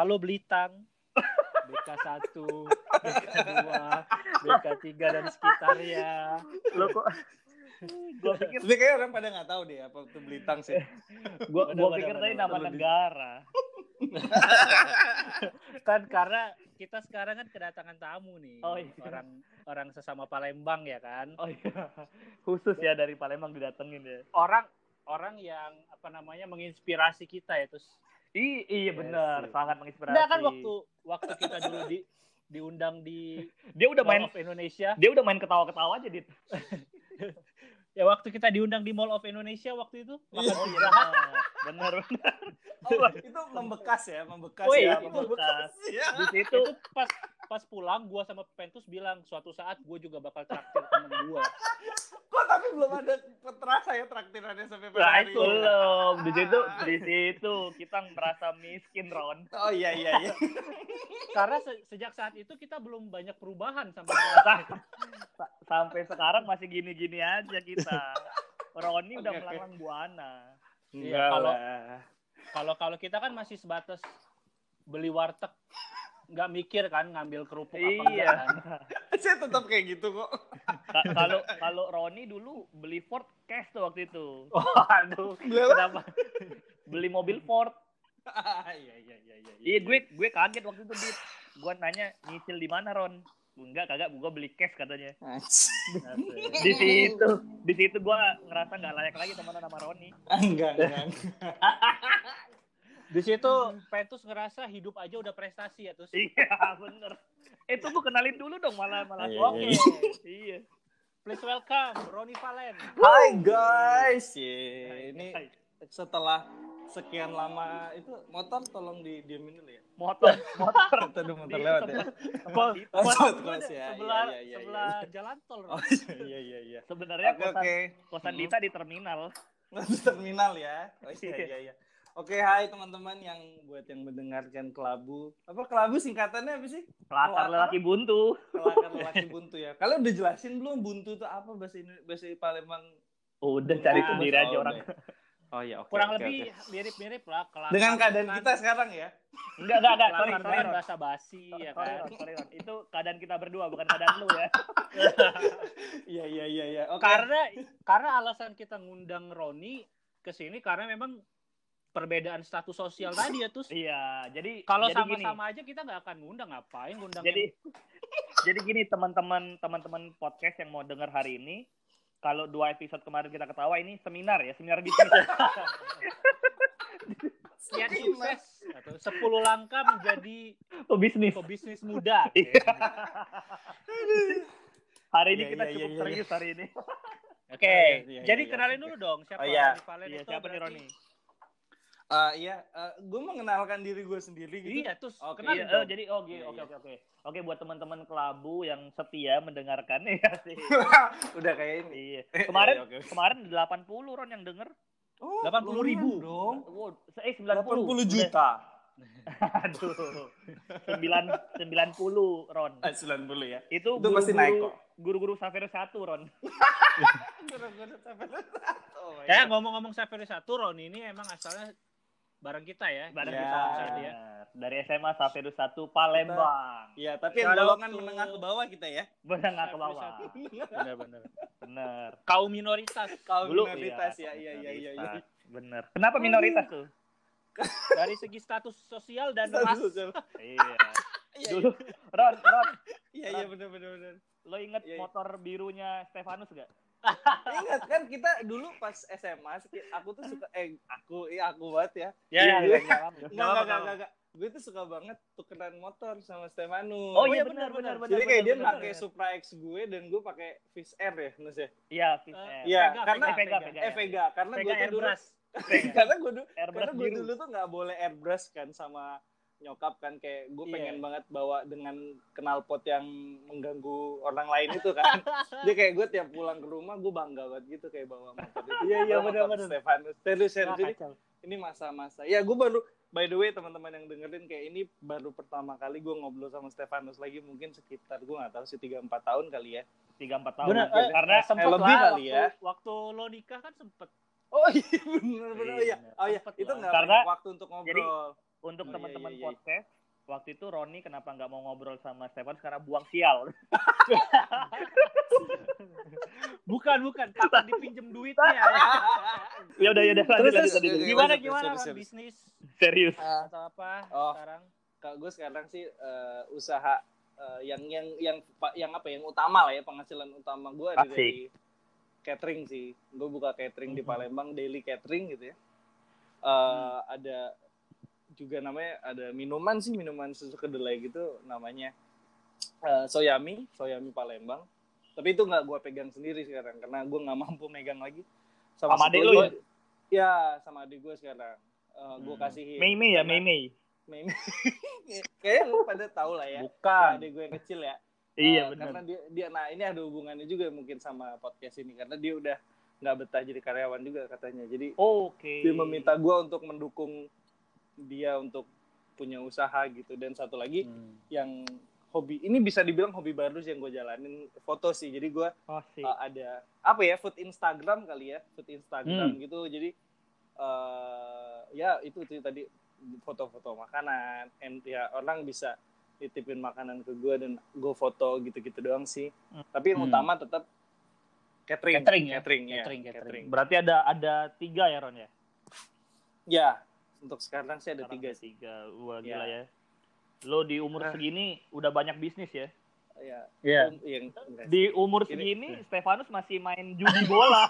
Halo Belitang, BK1, BK2, BK3 dan sekitarnya. Lo kok gue pikir Tapi kayak orang pada nggak tahu deh apa itu Belitang sih. gue pikir tadi nama negara. Kan karena kita sekarang kan kedatangan tamu nih. Oh, iya. Orang sesama Palembang ya kan. Oh iya. Khusus ya dari Palembang didatengin ya. Orang yang menginspirasi kita ya terus. Iya benar, sangat menginspirasi. Nah kan waktu kita dulu diundang di dia udah Mall main of Indonesia. Dia udah main ketawa-ketawa aja Dit. Ya waktu kita diundang di Mall of Indonesia waktu itu makan pizza. Benar. Oh, itu membekas ya. Oh, iya, membekas. Ya. Di situ pas pulang gua sama Pentus bilang suatu saat gua juga bakal traktir temen gua. Kok tapi belum ada terasa ya traktirannya sampai pada nah, hari itu ini. belum. Di situ kita merasa miskin, Ron. Oh iya. Karena sejak saat itu kita belum banyak perubahan Sampai sekarang masih gini-gini aja kita. Roni udah Oke. melanglang buana. Enggak Kalau kita kan masih sebatas beli warteg, nggak mikir kan ngambil kerupuk apa enggak Iya. kan. Saya tetap kayak gitu kok. Kalau Roni dulu beli Ford cash tuh waktu itu. Waduh, Kenapa? Beli mobil Ford. Iya. Iya, gue kaget waktu itu, Dit. Gue nanya, nyicil di mana, Ron? Enggak, kagak, gue beli cash katanya. Di situ gue ngerasa nggak layak lagi temenan sama Roni. Enggak. Di situ Pentus ngerasa hidup aja udah prestasi ya terus. Iya, bener. Itu gue kenalin dulu dong malah. Iya, Oke. Iya. Please welcome Roni Valen. Hai guys. Ini setelah sekian lama itu motor tolong didiemin dulu ya. Motor. Tadi motor lewat ya. Kelas Ya. sebelah jalan tol. Oh iya. Sebenarnya Oke. kosan Dita di terminal. Di terminal ya. Oh iya. Oke, hai teman-teman yang mendengarkan Kelabu. Apa Kelabu singkatannya apa sih? Kelakar lelaki buntu. Kelakar lelaki buntu ya. Kalian udah jelasin belum buntu itu apa bahasa Palembang? Udah cari sendiri aja orang. Oh iya, oke. Kurang lebih mirip-mirip lah. Dengan keadaan kita sekarang ya. Enggak. Sorry, Ron. bahasa basi ya kan. Sorry, Ron. Itu keadaan kita berdua, bukan keadaan lu ya. Iya. Oke. Karena alasan kita ngundang Roni ke sini karena memang perbedaan status sosial tadi ya terus. Iya, jadi kalau jadi sama-sama aja kita nggak akan ngundang, ngapain ngundang. Jadi gini teman-teman podcast yang mau dengar hari ini, kalau 2 episode kemarin kita ketawa, ini seminar bisnis. Sekian sukses atau 10 langkah menjadi pebisnis muda. Hari ini Iya, kita iya, cukup iya, serius hari ini. Oke, Iya, jadi iya. kenalin dulu dong siapa Oh, iya. Roni Valen itu. Siapa nih berarti- Roni? Gue mengenalkan diri gue sendiri gitu. Iya, terus Oke. kenalin Iya, dong. jadi Iya. oke. Oke, buat teman-teman Kelabu yang setia mendengarkan ya sih. Udah kayak ini. Iya. Kemarin Iya, oke. Kemarin 80 Ron yang denger. Oh, 80.000 dong. Wow, 80 90 juta. Aduh. 90 Ron. 90 ya. Itu pasti naik kok. Guru-guru Saverio 1 Ron. Oh, Ya ngomong-ngomong Saveri 1, Roni ini emang asalnya bareng kita ya. Bareng Ya. kita ya. dari SMA Saverio 1 Palembang. Iya, tapi yang Shout out golongan to- menengah ke bawah kita ya. Menengah ke bawah. Benar-benar. Bener. Kaum minoritas Kaum Dulu minoritas iya, ya. minoritas. Bener. Kenapa minoritas tuh? dari segi status sosial dan ras. Iya. Iya, Dulu Ron, iya benar. lo inget Iya, iya. motor birunya Stefanus gak? Ingat kan kita dulu pas SMA, aku tuh suka aku banget ya. Ya, Gue- Enggak. Gue tuh suka banget tukeran motor sama Stefanus. Oh iya benar. Jadi kayak dia benar. pakai Supra X gue dan gue pakai Fish Air ya, Nus ya. Iya, Fish Eh, Air. Iya, Vega, karena Vega. Vega karena gue Vega tuh dulu Airbrush. karena Airbrush gue biru. dulu tuh nggak boleh airbrush kan sama nyokap kan, kayak gue Iya. pengen banget bawa dengan knalpot yang mengganggu orang lain itu kan. Dia kayak gue tiap pulang ke rumah gue bangga banget gitu kayak bawa motor itu. Iya, Bawa benar. motor Stefanus. Serius. Wah, Jadi kacau. ini masa-masa. Ya gue baru, by the way teman-teman yang dengerin, kayak ini baru pertama kali gue ngobrol sama Stefanus lagi, mungkin sekitar gue nggak tahu sih 3-4 tahun kali ya. 3-4 tahun. Bener, Karena sempet lebih lah kali ya. waktu lo nikah kan sempet. Oh iya bener. Iya, Oh iya sempet itu lah. nggak Karena- banyak waktu untuk ngobrol. untuk Oh, teman-teman iya. podcast waktu itu Roni kenapa nggak mau ngobrol sama Stefanus karena buang sial. Bukan, takut dipinjem duitnya. Ya udah Terus, lanjut. Gimana serius. Ron, bisnis Serius. atau apa sekarang? Kalau gue sekarang sih usaha yang utama lah ya, penghasilan utama gue dari catering sih. Gue buka catering di Palembang, daily catering gitu ya. Ada juga namanya, ada minuman susu kedelai gitu namanya Soyami Palembang. Tapi itu nggak gue pegang sendiri sekarang karena gue nggak mampu megang lagi. Sama adik lu ya? Ya, sama adik gue sekarang. Gue kasih Mei. Kayaknya lu pada tahu lah ya. Bukan. Adik gue yang kecil ya. Iya benar. Karena dia nah ini ada hubungannya juga mungkin sama podcast ini karena dia udah nggak betah jadi karyawan juga katanya. Jadi dia meminta gue untuk mendukung dia untuk punya usaha gitu. Dan satu lagi yang hobi, ini bisa dibilang hobi baru sih yang gue jalanin, foto sih. Jadi gue ada apa ya, food Instagram kali ya, gitu. Jadi ya itu tadi foto-foto makanan, ya orang bisa nitipin makanan ke gue dan gue foto gitu-gitu doang sih. Tapi yang utama tetap catering. Berarti ada 3 ya Ron ya? Ya, untuk sekarang sih ada 3 sih. Wah gila ya. Lo di umur segini udah banyak bisnis ya? Iya. Di umur segini Stefanus masih main judi bola.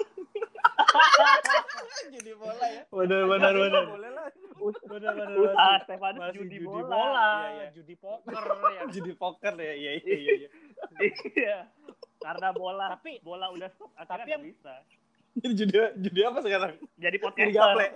Judi bola ya. Benar. Boleh lah. Usaha Stefanus judi bola. Iya. Judi poker ya. Judi poker ya. Iya. Iya. Karena bola udah stop akhirnya nggak bisa. Judi apa sekarang? Jadi podcaster.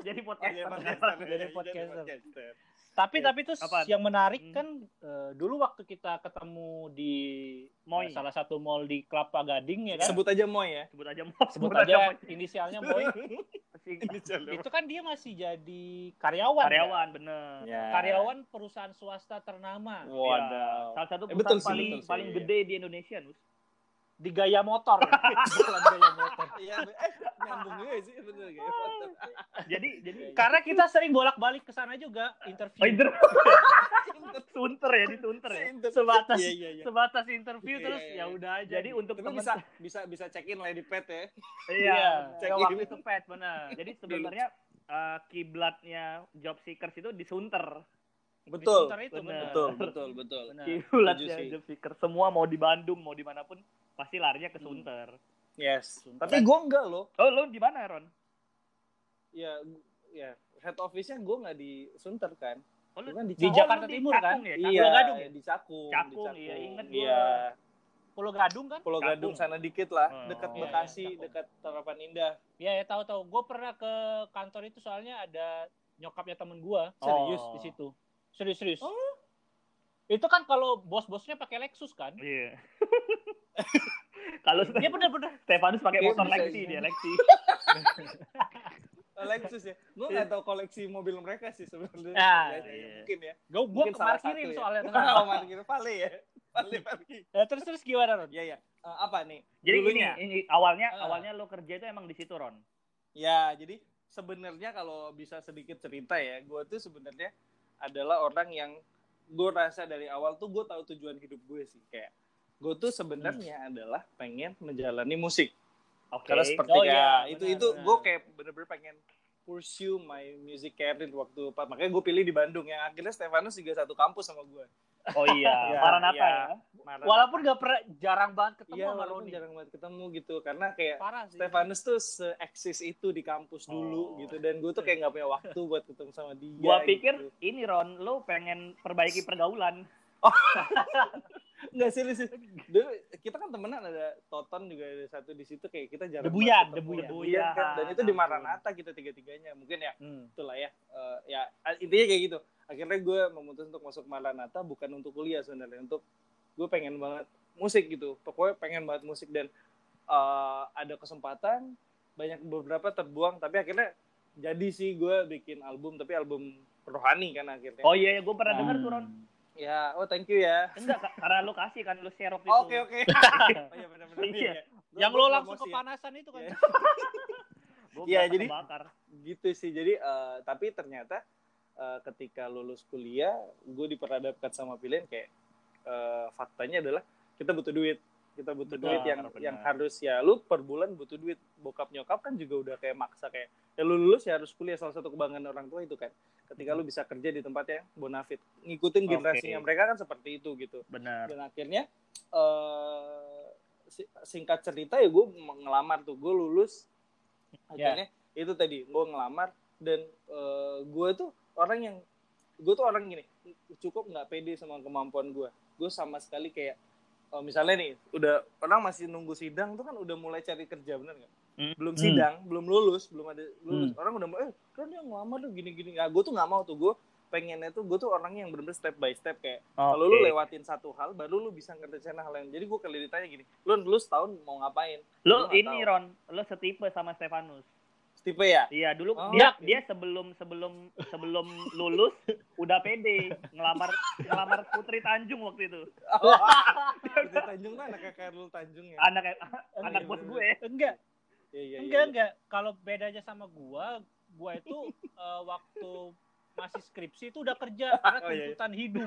Tapi tuh yang menarik kan dulu waktu kita ketemu di salah satu mall di Kelapa Gading ya kan. Sebut aja Moy ya. Sebut aja inisialnya Moy. Itu kan dia masih jadi karyawan. Bener. Ya. Karyawan perusahaan swasta ternama. Waduh. Salah satu perusahaan paling betul, gede di Indonesia, Nus. Di Gaya Motor. Bukan Gaya Motor. Iya, nyambung juga sih bener Gaya Motor. Jadi karena kita sering bolak-balik ke sana juga interview. Sunter ya. Sebatas interview terus ya udah aja. Jadi untuk tapi bisa check in lah di pet ya. Iya, check in itu pet benar. Jadi sebenarnya kiblatnya job seekers itu di Sunter. Betul. Betul. Kiblatnya job seekers semua mau di Bandung, mau dimanapun pasti larinya ke Sunter. Yes. Tapi gue enggak loh. Oh, lo di mana, Ron? Ya, head office-nya gue nggak di Sunter kan. Oh, kan di Jakarta Timur kan? Ya? Iya, Gadung. Di Cakung. Iya, inget gue. Iya. Pulau Gadung kan? Pulau Gadung sana dikit lah, dekat Bekasi, dekat Harapan Indah. Iya, tahu. Gue pernah ke kantor itu soalnya ada nyokapnya temen gue. Serius di situ. Serius. Oh. Itu kan kalau bos-bosnya pakai Lexus kan? Iya. Kalau dia bener-bener Stefanus pakai motor Lexi. Lexus ya. Gue nggak tahu koleksi mobil mereka sih sebenarnya. Mungkin ya. Gue parkirin soalnya. Parkirin Vale ya. Vale. Terus gimana Ron? Iya. Apa nih? Jadi ini awalnya lo kerja itu emang di situ Ron. Ya, jadi sebenarnya kalau bisa sedikit cerita ya, gue tuh sebenarnya adalah orang yang gue rasa dari awal tuh gue tahu tujuan hidup gue sih, kayak gue tuh sebenarnya adalah pengen menjalani musik. Karena seperti itu gue kayak bener-bener pengen pursue my music career waktu makanya gue pilih di Bandung, yang akhirnya Stefanus juga satu kampus sama gue. Oh iya, Maranatha ya. Walaupun gak pernah, jarang banget ketemu sama Roni. Jarang banget ketemu gitu, karena kayak Stefanus tuh se-eksis itu di kampus dulu gitu, dan gue tuh kayak gak punya waktu buat ketemu sama dia. Gue pikir ini Ron, lo pengen perbaiki pergaulan. Enggak serius. Kita kan temenan, ada Toton juga ada satu di situ, kayak kita jarang Debuyan kan. Dan itu di Maranatha kita tiga-tiganya. Mungkin ya itulah ya. Ya intinya kayak gitu. Akhirnya gue memutuskan untuk masuk Maranatha bukan untuk kuliah sebenarnya, untuk gue pengen banget musik gitu. Pokoknya pengen banget musik, dan ada kesempatan beberapa terbuang, tapi akhirnya jadi sih gue bikin album, tapi album rohani kan akhirnya. Oh iya, gue pernah dengar tuh Ron. Ya, thank you ya. Enggak, karena lo kasih kan, lo share waktu itu. Oke. Oh iya benar-benar. Iya. Yang lo langsung kepanasan itu kan. Iya, jadi gitu sih. Jadi tapi ternyata ketika lulus kuliah gue diperhadapkan sama pilihan kayak faktanya adalah kita butuh duit yang harus ya lu per bulan butuh duit. Bokap nyokap kan juga udah kayak maksa kayak ya lu lulus ya harus kuliah. Salah satu kebanggaan orang tua itu kan ketika lu bisa kerja di tempat yang bonafit, ngikutin generasinya mereka kan seperti itu gitu. Benar. Dan akhirnya singkat cerita ya gue ngelamar tuh, gue lulus akhirnya itu tadi gue ngelamar dan gue tuh orang gini, cukup nggak pede sama kemampuan gue sama sekali kayak misalnya nih udah orang masih nunggu sidang tuh kan udah mulai cari kerja, bener nggak? Belum sidang, belum lulus, orang udah mau kan dia ngelamar tuh gini-gini. Nah, gue tuh nggak mau tuh, gue pengennya tuh gue tuh orang yang bener-bener step by step kayak kalau lu lewatin satu hal baru lu bisa ngerjain hal lain. Jadi gue kalau ditanya gini, lu setahun mau ngapain? Lu ini tahu. Ron, lu setipe sama Stefanus. Tipe ya? Iya, dulu dia sebelum lulus udah pede ngelamar Putri Tanjung waktu itu. Putri Tanjung kan anaknya Khairul Tanjung ya. Anak bos gue. Enggak. Kalau bedanya sama gua itu waktu masih skripsi itu udah kerja karena tuntutan hidup.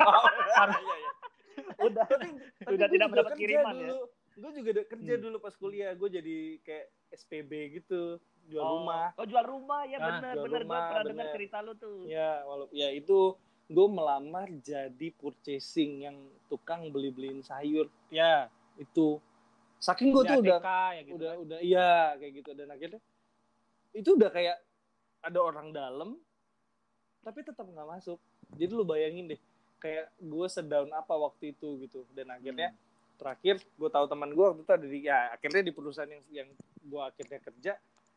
Udah tidak mendapat kiriman ya. Gue juga udah kerja dulu pas kuliah, gue jadi kayak SPB gitu, jual rumah. Oh, jual rumah ya, bener gue pernah dengar cerita lu tuh. Ya, ya itu gue melamar jadi purchasing yang tukang beliin sayur. Ya, itu. Saking gue tuh udah iya kayak gitu, dan akhirnya itu udah kayak ada orang dalam tapi tetap nggak masuk. Jadi lu bayangin deh, kayak gue sedown apa waktu itu gitu, dan akhirnya terakhir gue tahu teman gue waktu itu ada akhirnya di perusahaan yang gue akhirnya kerja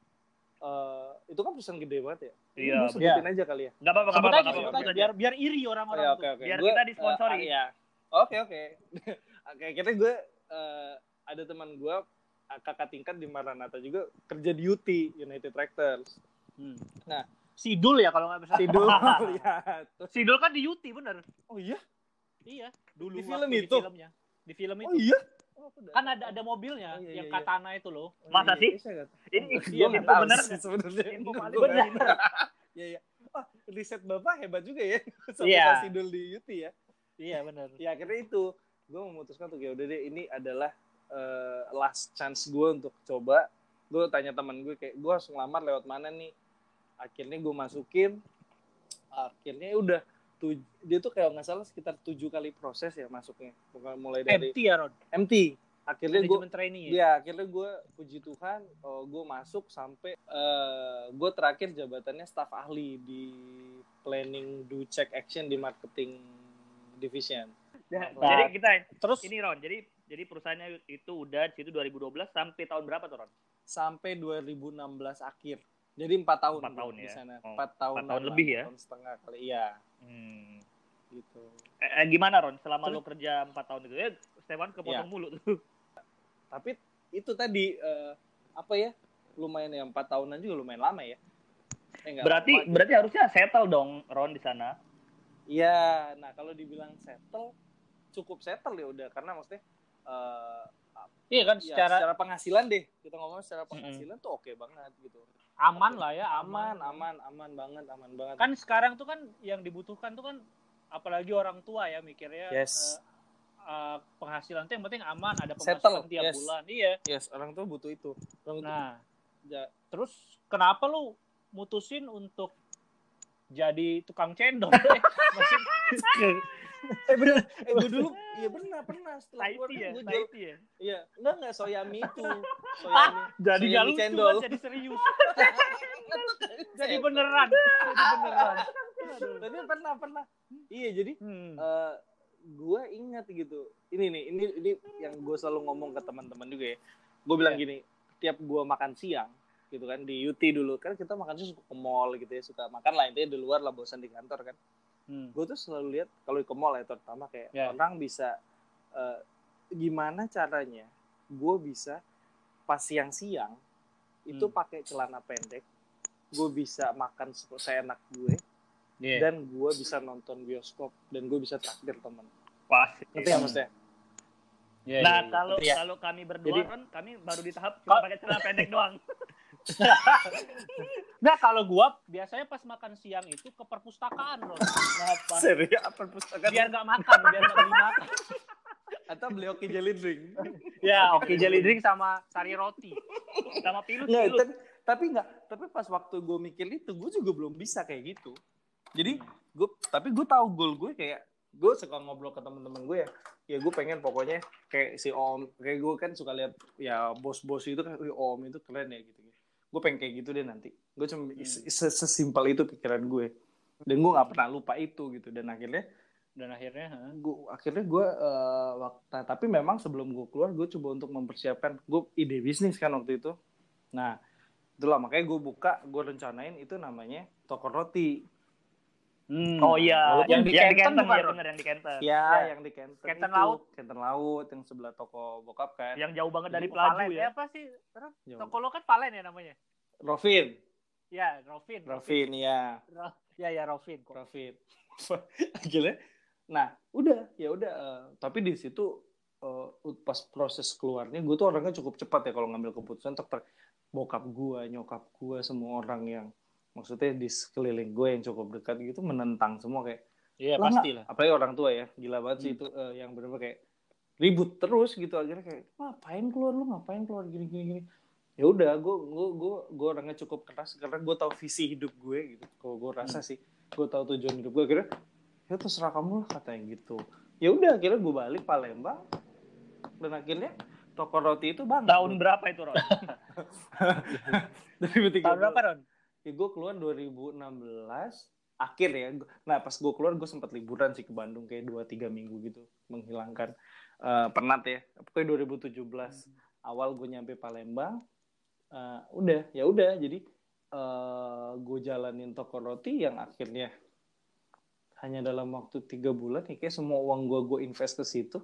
itu kan perusahaan gede banget ya. Iya. Gue sebutin aja kali ya. Nggak apa-apa. Biar iri orang-orang. Biar kita disponsori. Oke. Akhirnya gue ada teman gue kakak tingkat di Maranatha juga kerja di UT, United Tractors. Nah, Sidul ya kalau nggak salah. Sidul. Sidul kan di UT bener. Oh iya? Iya. Dulu di film itu. Di film itu. Oh iya? Kan ada mobilnya yang katana itu loh. Masa sih? Ini benar sebenarnya. Benar. Iya. Riset Bapak hebat juga ya. Sampai Sidul di UT ya. Iya, benar. Ya akhirnya itu gue memutuskan tuh ya udah deh, ini adalah last chance gue untuk coba. Gue tanya teman gue kayak gue harus ngelamar lewat mana nih. Akhirnya gue masukin. Akhirnya udah dia tuh kayak nggak salah sekitar 7 kali proses ya masuknya, mulai dari MT ya Ron. MT. Akhirnya akhirnya gue puji Tuhan gue masuk sampai gue terakhir jabatannya staf ahli di planning do check action di marketing division. Jadi kita terus ini Ron, jadi perusahaannya itu udah di situ 2012 sampai tahun berapa tuh Ron? Sampai 2016 akhir. Jadi 4 tahun di sana. 4 tahun lebih ya. 4 tahun setengah kali. Iya. Gitu. Gimana Ron selama lo kerja 4 tahun itu? Stefan kepotong mulu tuh. Tapi itu tadi lumayan ya, 4 tahunan juga lumayan lama ya. Berarti harusnya settle dong Ron di sana. Iya, nah kalau dibilang settle, cukup settle ya udah, karena maksudnya iya kan secara penghasilan deh. Kita ngomong secara penghasilan tuh oke banget gitu. Aman lah ya, aman banget. Kan sekarang tuh kan yang dibutuhkan tuh kan apalagi orang tua ya mikirnya penghasilan tuh yang penting aman, ada pemasukan tiap bulan. Iya. Yes, orang tua butuh itu. Terus kenapa lu mutusin untuk jadi tukang cendol? Bener. Gue dulu pernah setelah gue jual. Iya, enggak Soyami itu. Jadi gak lucu cendol. Jadi serius. Jadi beneran. Tapi pernah. Iya, jadi gue ingat gitu. Ini yang gue selalu ngomong ke teman-teman juga ya. Gue bilang gini, tiap gue makan siang gitu kan di UT dulu kan kita makan suka ke mall gitu ya, suka makan lah intinya di luar lah, bosan di kantor kan. Gue tuh selalu lihat kalau ke mall ya terutama kayak orang bisa gimana caranya gue bisa pas siang-siang itu pakai celana pendek, gue bisa makan seenak gue dan gue bisa nonton bioskop dan gue bisa traktir teman. Wah, ngerti ya maksudnya? Kalau kami berdua kan kami baru di tahap cuma pakai celana pendek doang. Nah, kalau gua biasanya pas makan siang itu ke perpustakaan loh. Ngapa? Serius perpustakaan? Biar nggak makan, biar nggak beli makan. Atau beli Oki jelly drink. Ya, Oki jelly drink sama sari roti. Sama pilus. Tapi pas waktu gue mikir itu, gue juga belum bisa kayak gitu. Jadi gue tahu goal gue kayak gue suka ngobrol ke teman-teman gue ya gue pengen pokoknya kayak si Om, kayak gue kan suka lihat ya bos-bos itu kan Om itu keren ya gitu. Gue pengen kayak gitu deh nanti. Gue cuma sesimpel itu pikiran gue. Dan gue nggak pernah lupa itu gitu. Dan akhirnya gue tapi memang sebelum gue keluar gue coba untuk mempersiapkan gue ide bisnis kan waktu itu. Nah itulah makanya gue rencanain itu namanya toko roti. Oh iya, yang di Kenten bukan? Ya, bener, yang di Kenten. Iya, yang di Kenten. Kenten Laut. Kenten Laut yang sebelah toko bokap kan. Yang jauh banget dari Pelaju ya. Apa sih? Toko lo kan Palen ya namanya? Rovin. Ya, Rovin ya. Ya, Rovin. Akhirnya, nah udah tapi di situ pas proses keluarnya gue tuh orangnya cukup cepat ya kalau ngambil keputusan. Bokap gue, nyokap gue, semua orang yang maksudnya di sekeliling gue yang cukup dekat gitu menentang semua kayak iya pastilah, apalagi orang tua ya gila banget sih itu yang benar-benar kayak ribut terus gitu akhirnya kayak ngapain keluar gini ya udah gue orangnya cukup keras karena gue tahu visi hidup gue gitu. Kalau gue rasa sih gue tahu tujuan hidup gue akhirnya ya terserah kamu lah katanya gitu. Ya udah akhirnya gue balik Palembang dan akhirnya toko roti itu bang. Tahun berapa itu Ron? Tahun berapa Ron? Ya gue keluar 2016 akhir ya. Nah pas gue keluar gue sempat liburan sih ke Bandung kayak 2-3 minggu gitu menghilangkan penat ya. Pokoknya 2017 awal gue nyampe Palembang. Udah jadi gue jalanin toko roti yang akhirnya hanya dalam waktu 3 bulan ya kayak semua uang gue invest ke situ.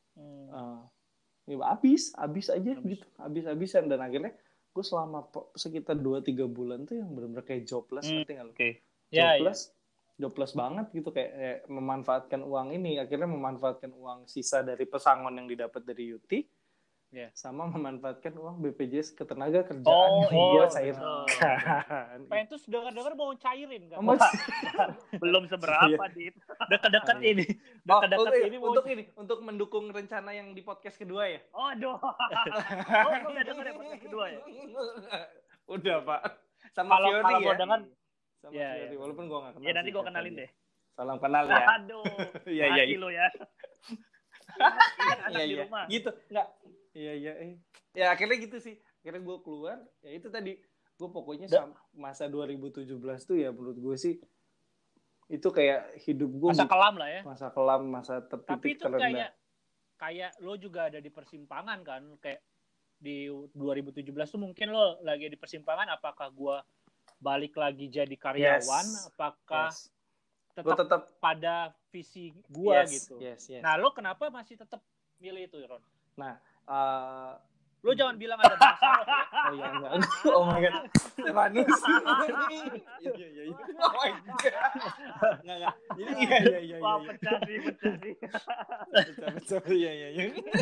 Ya habis-habisan dan akhirnya gue selama sekitar 2-3 bulan tuh yang benar-benar kayak jobless ngerti nggak lu? Jobless banget gitu kayak memanfaatkan uang ini akhirnya memanfaatkan uang sisa dari pesangon yang didapat dari Yuti sama memanfaatkan uang BPJS ketenaga kerjaan iya cairkan. Pentus dengar-dengar mau cairin kan? Belum seberapa Dit. Dekat-dekat ini. Untuk mendukung rencana yang di podcast kedua ya. Aduh. Udah dengar ya podcast kedua ya. Udah Pak. Sama Fiori ya. Kalau dengar sama Fiori walaupun gue nggak kenal. Ya nanti gue kenalin deh. Salam kenal ya. Aduh. Iya. Lo ya. Anak di rumah. Gitu nggak. Iya. Ya akhirnya gitu sih. Akhirnya gue keluar. Ya itu tadi. Gue pokoknya masa 2017 tuh ya menurut gue sih. Itu kayak hidup gue. Masa kelam lah ya. Masa kelam, masa tertitik terendah. Tapi itu kayak lo juga ada di persimpangan kan. Kayak di 2017 tuh mungkin lo lagi di persimpangan. Apakah gue balik lagi jadi karyawan? Apakah tetap pada visi gue gitu? Yes. Nah lo kenapa masih tetap milih itu Ron? Nah, lo jangan bilang ada masalah ya. Oh iya enggak. Oh my god. Stefanus. Iya. Oh my god. Enggak. Jadi iya. Wah, pecah sih. Pecah. Iya.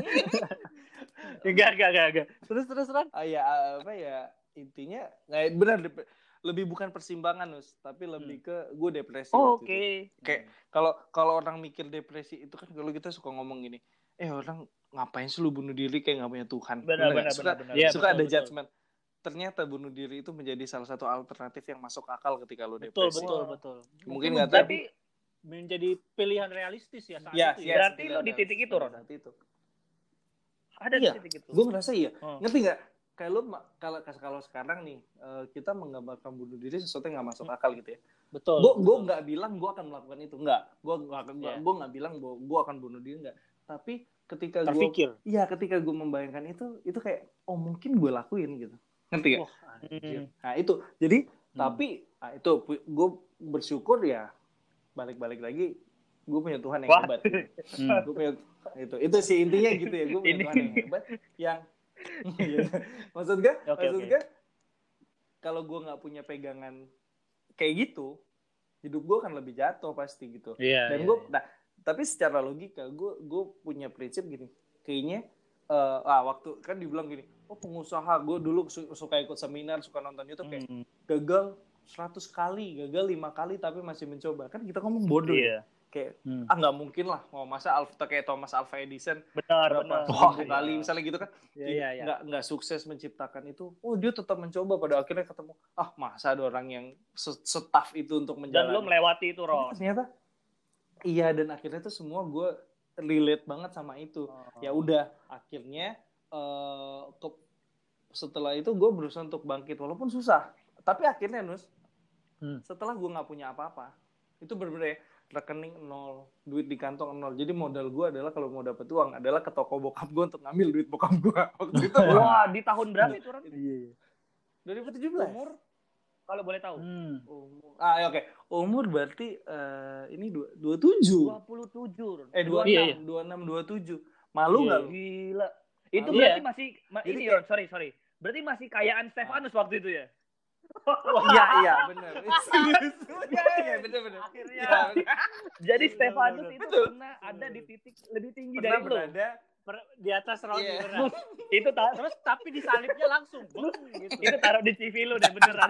Enggak. Terus Ron. Apa ya? Intinya benar lebih bukan persimpangan Nus, tapi lebih ke gue depresi. Oke. Kayak kalau orang mikir depresi itu kan kalau kita suka ngomong gini, orang ngapain sih lu bunuh diri kayak nggak punya Tuhan. Benar. Suka ada judgement. Ternyata bunuh diri itu menjadi salah satu alternatif yang masuk akal ketika lu depresi. Betul. Mungkin nggak tahu. Tapi menjadi pilihan realistis ya saat itu. Berarti lo di titik itu Ron. Saat itu. Ada di titik itu. Gue ngerasa iya. Ngerti nggak? Kayak lu kalau sekarang nih kita menggambarkan bunuh diri sesuatu yang nggak masuk akal gitu ya. Betul. Gue nggak bilang gue akan melakukan itu, nggak. Gue nggak bilang bahwa gue akan bunuh diri, nggak. Tapi ketika gue membayangkan itu kayak mungkin gue lakuin gitu. Ngerti nggak? Nah itu jadi tapi itu gue bersyukur ya balik lagi gue punya Tuhan yang hebat. Gue punya itu sih intinya gitu ya, gue punya Tuhan yang hebat yang maksud gue kalau gue nggak punya pegangan kayak gitu hidup gue akan lebih jatuh pasti gitu. Dan gue tapi secara logika gue punya prinsip gini, kayaknya waktu kan dibilang gini, pengusaha, gue dulu suka ikut seminar, suka nonton YouTube kayak gagal 100 kali, gagal 5 kali tapi masih mencoba. Kan kita ngomong bodoh ya. Kayak nggak mungkin lah, mau masa kayak Thomas Alva Edison benar. 1000 kali misalnya gitu kan. Nggak sukses menciptakan itu. Dia tetap mencoba, pada akhirnya ketemu masa ada orang yang setaf itu untuk menjalani. Dan lo melewati itu, Ron. Ternyata iya, dan akhirnya tuh semua gue relate banget sama itu. Ya udah, akhirnya setelah itu gue berusaha untuk bangkit walaupun susah. Tapi akhirnya setelah gue nggak punya apa-apa, itu bener-bener ya, rekening 0, duit di kantong 0. Jadi modal gue adalah kalau mau dapet uang adalah ke toko bokap gue untuk ngambil duit bokap gue. Waktu itu wah, di tahun berapa itu, Ron? Iya. 2017. Umur kalau boleh tahu. Oke. Umur berarti ini 27. 27. 26, 27. Malu nggak lu? Gila. Itu berarti masih ini, Ron, sorry. Berarti masih kayaan Stefanus waktu itu ya? Iya, benar. Iya, benar. Akhirnya. Jadi Stefanus itu pernah ada di titik lebih tinggi dari lu. Di atas Roni beneran. Itu terus tapi disalibnya langsung. Gitu. Itu taruh di CV lu deh beneran.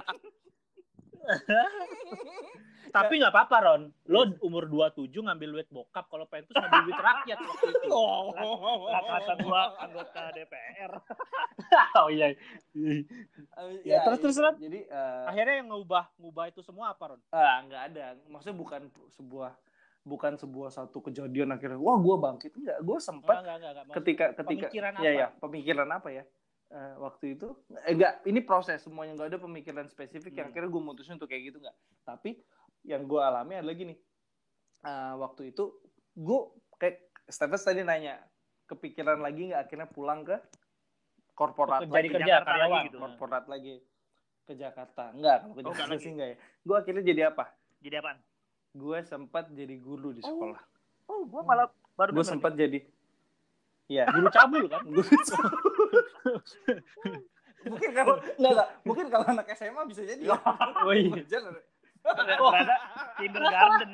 Tapi nggak apa-apa, Ron. Lo umur 27 ngambil duit bokap, kalau pengen tuh ngambil duit rakyat waktu itu. Kata gua anggota DPR. Oh iya. Ya, terus Ron. Jadi akhirnya yang ngubah itu semua apa, Ron? Nggak ada. Maksudnya bukan sebuah satu kejadian akhirnya wah gue bangkit. Enggak, gue sempat ketika pemikiran apa ya? Waktu itu ini proses, semuanya nggak ada pemikiran spesifik yang akhirnya gue mutusin untuk kayak gitu, nggak. Tapi yang gue alami adalah gini, waktu itu gue kayak Stefan tadi nanya, kepikiran lagi nggak akhirnya pulang ke korporat jadi kerja karyawan gitu. Korporat lagi ke Jakarta. Enggak, kalau ke Jakarta sih enggak ya. Gue akhirnya jadi apa? Jadi apaan? Gue sempat jadi guru di sekolah. Gue malah baru gue sempat jadi guru cabul kan? Mungkin kalau anak SMA bisa jadi. Oh iya. Ternyata kindergarten.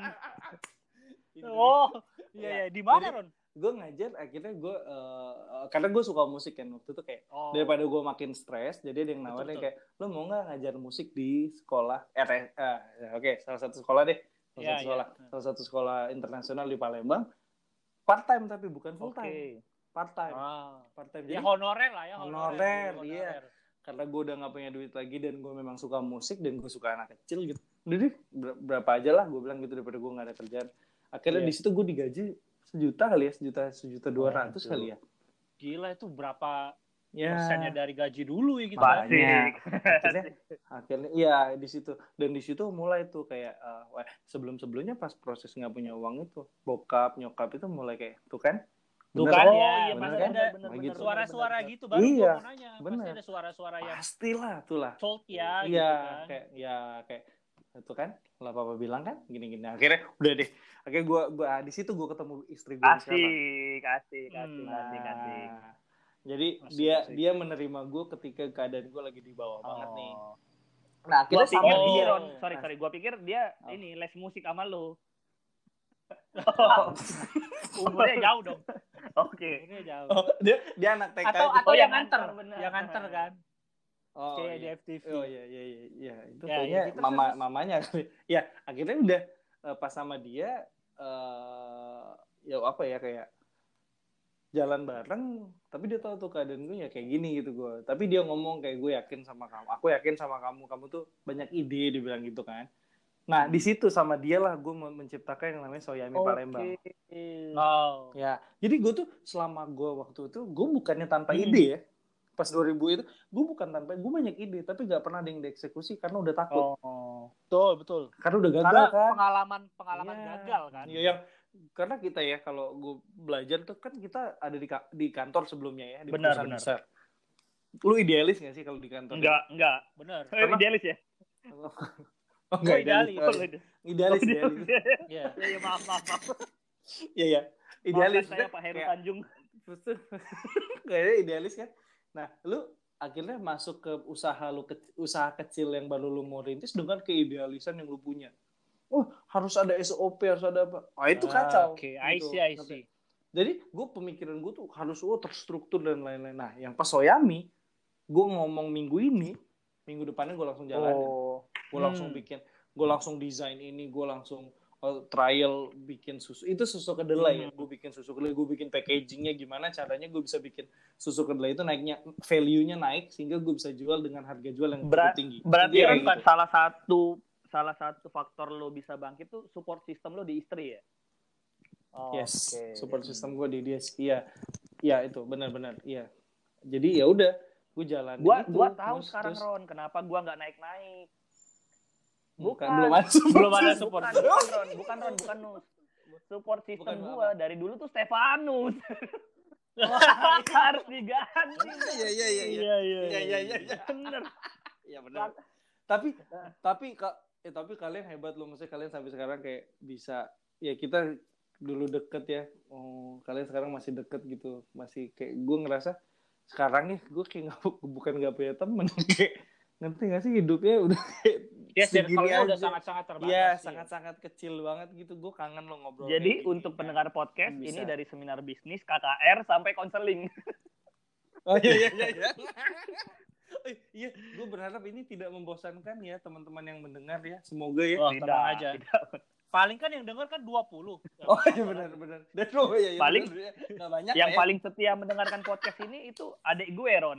Iya. Di mana, Ron? Gue ngajar, akhirnya gue karena gue suka musik kan waktu itu, kayak daripada gue makin stres, jadi ada yang nawarin kayak lo mau nggak ngajar musik di sekolah salah satu sekolah deh, salah satu sekolah internasional di Palembang, part time tapi bukan full time. Part time. Jadi honorer lah ya. Honorer. Iya. Karena gue udah nggak punya duit lagi dan gue memang suka musik dan gue suka anak kecil gitu. Udah deh, berapa aja lah gue bilang gitu, daripada gue nggak ada kerjaan. Akhirnya di situ gue digaji 1 juta kali ya, 1.200.000 kali ya. Gila, itu berapa persennya dari gaji dulu ya gitu. Banyak. Akhirnya iya di situ, dan di situ mulai tuh kayak sebelumnya pas proses nggak punya uang itu, bokap nyokap itu mulai kayak tuh kan. Tuh kan ya, bener pasti kan? ada suara-suara gitu baru iya, mau nanya. Bener. Pasti ada suara-suara yang pastilah tuh cold ya gitu kan. kayak itu kan, lah papa bilang kan gini-gini. Akhirnya udah deh. Akhirnya gue di situ gue ketemu istri gue sekarang. Asik. Jadi dia menerima gue ketika keadaan gue lagi di bawah banget nih. Nah, akhirnya sama dia, Ron. Sorry, gue pikir dia ini les musik sama lo. Umurnya jauh dong. Oke. Umurnya jauh. Dia anak TK. Atau yang nganter, yang nganter kan. Kayak di FTV. Oh iya. Itu kayaknya mamanya. Ya, akhirnya udah pas sama dia kayak jalan bareng, tapi dia tahu tuh keadaan gue ya kayak gini gitu gue. Tapi dia ngomong kayak gue yakin sama kamu. Aku yakin sama kamu tuh banyak ide, dia bilang gitu kan. Nah, di situ sama dia lah gue menciptakan yang namanya Soyami Palembang. Ya, jadi gue tuh selama gue waktu itu gue bukannya tanpa ide ya. Pas 2000 itu gue banyak ide, tapi gak pernah ada yang dieksekusi karena udah takut. Betul. Karena udah gagal kan. Pengalaman gagal kan. Iya, yang karena kita ya kalau gue belajar tuh kan kita ada di kantor sebelumnya ya, di perusahaan besar. Lu idealis gak sih kalau di kantor? Enggak. Bener. Idealis ya? Enggak idealis. Idealis. Iya, maaf. Iya. Idealis saya Pak Heru Tanjung. Kayaknya idealis kan. Nah, lu akhirnya masuk ke usaha kecil yang baru lu mau rintis dengan keidealisan yang lu punya. Harus ada SOP, harus ada apa. Itu kacau. Oke, gitu. I see. Jadi, pemikiran gue tuh harus terstruktur dan lain-lain. Nah, yang pas Soyami, gue ngomong minggu depannya gue langsung jalanin. Gue langsung bikin, gue langsung desain ini, gue langsung trial bikin susu. Itu susu kedelai ya. Gue bikin susu kedelai, gue bikin packagingnya gimana caranya gue bisa bikin susu kedelai itu naiknya, value-nya naik sehingga gue bisa jual dengan harga jual yang cukup tinggi. Berarti kan gitu. salah satu faktor lo bisa bangkit tuh support system lo di istri ya. Yes, support system gue di dia. Iya itu benar-benar. Iya. Jadi ya udah, gue jalan. Gue tahu sekarang Ron, kenapa gue nggak naik. Bukan belum ada support. Bukan Nus. Support system gue dari dulu tuh Stefanus. Harus diganti. Iya. Benar. Iya benar. Tapi kalian hebat loh, maksudnya kalian sampai sekarang kayak bisa, ya kita dulu deket ya. Kalian sekarang masih deket gitu. Masih kayak gue ngerasa sekarang nih gue kayak bukan nggak punya temen kayak, ngerti nggak sih hidupnya udah kayak segini aja. Udah sangat-sangat terbatas. Iya, sangat-sangat kecil banget gitu. Gue kangen lo ngobrol. Jadi untuk pendengar podcast ini dari seminar bisnis, KKR sampai konseling. Oh iya. Iya, gue berharap ini tidak membosankan ya teman-teman yang mendengar ya. Semoga ya. Tenang aja. Paling kan yang dengar kan 20. Oh iya benar. Dan paling enggak banyak. Yang paling setia mendengarkan podcast ini itu adik gue, Ron.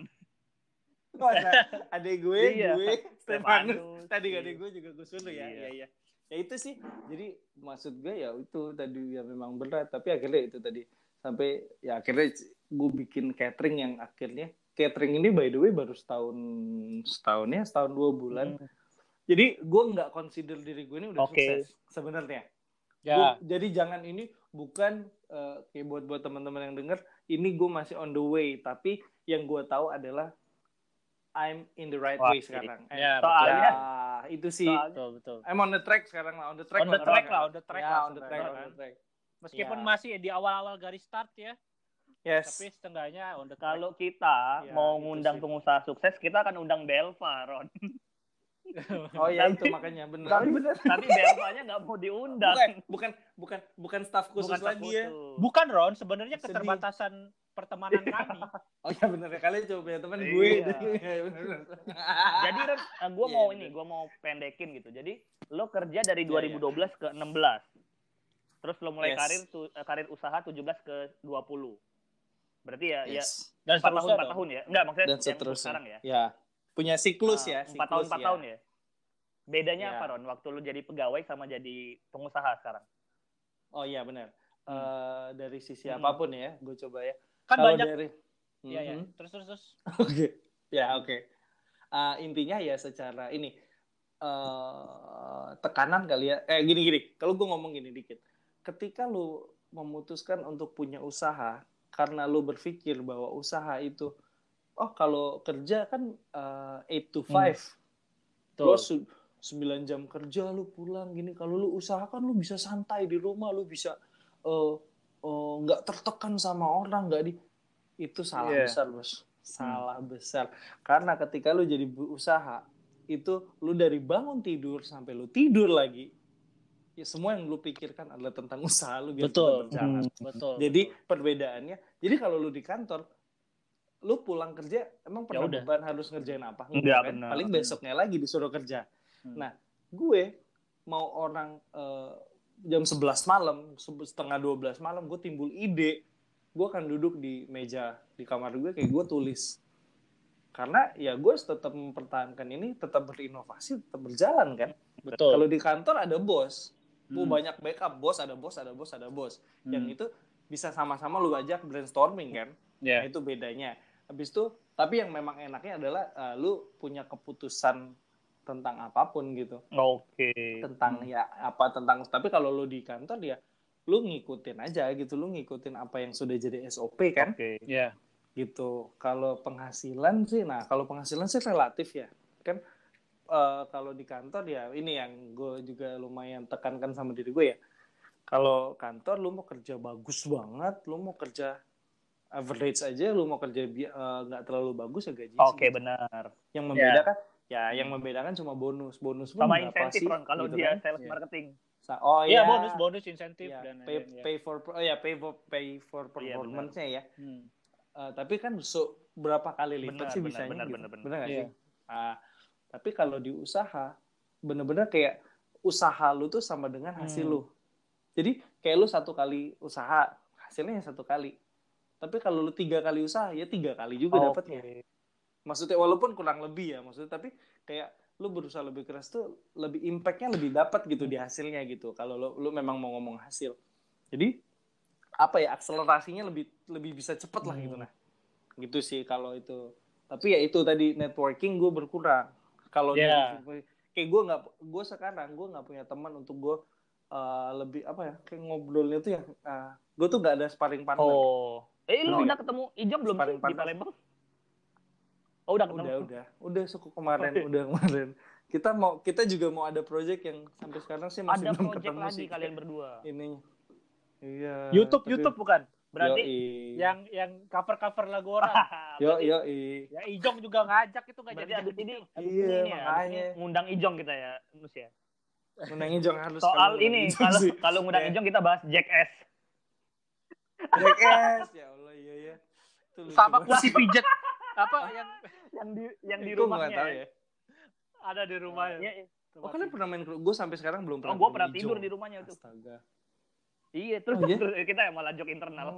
Adik gue, Stefanus. Tadi adik gue juga gue suruh ya. Iya. Ya itu sih. Jadi maksud gue ya itu tadi ya memang berat, tapi akhirnya itu tadi sampai ya akhirnya gue bikin catering yang akhirnya catering ini by the way baru setahun 2 bulan. Jadi gue nggak consider diri gue ini udah sukses sebenarnya. Ya. Jadi jangan ini bukan kayak buat teman-teman yang denger, ini gue masih on the way, tapi yang gue tahu adalah I'm in the right way sekarang. Soalnya itu sih. Betul. I'm on the track sekarang lah, on the track. Meskipun masih di awal-awal garis start ya. Yes. Tapi setengahnya on the track. Kalau kita mau ngundang pengusaha sukses, kita akan undang Belva, Ron. Oh iya itu makanya benar. Tapi Belvanya nggak mau diundang. Bukan staf khusus lagi ya. Bukan Ron, sebenarnya keterbatasan pertemanan kami. Oh iya benar ya, kalian coba punya teman gue. Jadi Ron, gue mau pendekin gitu. Jadi lo kerja dari 2012 ke 16. Terus lo mulai karir usaha 17 ke 20. Berarti ya dan 4 tahun ya. Enggak, maksudnya dan seterusnya sekarang ya. Ya. Punya siklus ya. 4 tahun ya. Bedanya apa Ron? Waktu lo jadi pegawai sama jadi pengusaha sekarang? Oh iya benar. Dari sisi apapun ya, gue coba ya. Kan kalo banyak. Iya. Terus. Oke. Ya oke. Intinya ya secara ini tekanan kali ya. Gini. Kalau gue ngomong gini dikit. Ketika lo memutuskan untuk punya usaha karena lo berpikir bahwa usaha itu kalau kerja kan 8 to 5. Lo 9 jam kerja lu pulang gini. Kalau lu usaha kan lu bisa santai di rumah, lu bisa nggak tertekan sama orang, itu salah besar, Bos. Salah besar. Karena ketika lu jadi usaha, itu lu dari bangun tidur sampai lu tidur lagi, ya semua yang lu pikirkan adalah tentang usaha lu biar tetap berjalan. Betul. Jadi perbedaannya, jadi kalau lu di kantor, lu pulang kerja emang pernah beban harus ngerjain apa? Enggak, kan? Paling besoknya lagi disuruh kerja. Nah, gue mau orang jam 11 malam, setengah 12 malam, gue timbul ide, gue akan duduk di meja di kamar gue kayak gue tulis. Karena ya gue tetap mempertahankan ini, tetap berinovasi, tetap berjalan kan. Betul. Kalau di kantor ada bos, banyak backup, ada bos. Yang itu bisa sama-sama lu ajak brainstorming kan. Nah, itu bedanya. Habis itu, tapi yang memang enaknya adalah lu punya keputusan tentang apapun gitu. Tentang tapi kalau lu di kantor ya lu ngikutin aja gitu, lu ngikutin apa yang sudah jadi SOP kan. Gitu. Kalau penghasilan sih relatif ya. Kan kalau di kantor ya ini yang gue juga lumayan tekankan sama diri gue ya. Kalau kantor lu mau kerja bagus banget, lu mau kerja average aja, lu mau kerja nggak terlalu bagus ya gaji. Benar. Yang membedakan yang membedakan cuma bonus sama insentif Ron kalau gitu dia kan? Sales marketing. Bonus insentif dan pay for performance-nya ya. Tapi kan berapa kali lipat sih bisanya gitu. Bener nggak sih? Nah, tapi kalau di usaha bener-bener kayak usaha lu tuh sama dengan hasil lu. Jadi kayak lu 1 kali usaha hasilnya 1 kali. Tapi kalau lu 3 kali usaha ya 3 kali juga dapatnya. Maksudnya walaupun kurang lebih ya maksudnya, tapi kayak lu berusaha lebih keras tuh lebih impact-nya lebih dapat gitu di hasilnya gitu. Kalau lu memang mau ngomong hasil. Jadi apa ya, akselerasinya lebih bisa cepet lah gitu nah. Gitu sih kalau itu. Tapi ya itu tadi networking gue berkurang. Kalau kayak gue sekarang gue nggak punya teman untuk gue lebih apa ya, kayak ngobrolnya tuh yang gue tuh nggak ada sparring partner. Lu udah ketemu Ijom belum sih di Palembang? Oh udah ketemu. Udah suku kemarin. Kita juga mau ada project yang sampai sekarang sih masih belum ketemu lagi sih. Kalian berdua. Ini. Iya. YouTube bukan? Berarti yang cover lagu orang. Ya Ijong juga ngajak itu nggak jadi abis ini. Makanya ngundang Ijong kita ya, Nus ya. Ngundang Ijong harus. Soal ini kalau ngundang Ijong kita bahas Jackass. Jackass ya Allah iya. Sama kursi pijat apa yang di rumahnya ya. Ada di rumahnya. Oh kalian pernah main? Gue sampai sekarang belum pernah. Gue pernah tidur di rumahnya itu. Astaga. Iya, terus kita malah joke internal.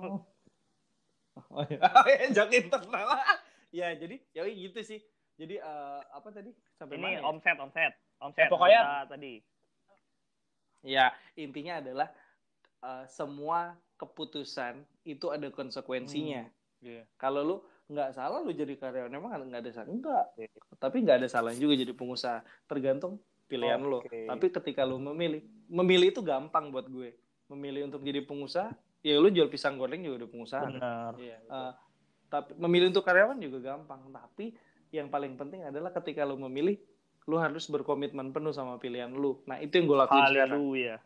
Joke internal. Ya, jadi gitu sih. Jadi apa tadi? Sampai ini mana? Omset. Pokoknya tadi. Ya, intinya adalah semua keputusan itu ada konsekuensinya. Kalau lu nggak salah lu jadi karyawan, emang nggak ada salah enggak. Tapi nggak ada salahnya juga jadi pengusaha. Tergantung pilihan lu. Tapi ketika lu memilih itu gampang buat gue. Memilih untuk jadi pengusaha, ya lu jual pisang goreng juga udah pengusaha. Benar. Tapi memilih untuk karyawan juga gampang. Tapi yang paling penting adalah ketika lu memilih, lu harus berkomitmen penuh sama pilihan lu. Nah itu yang gue lakuin sekarang.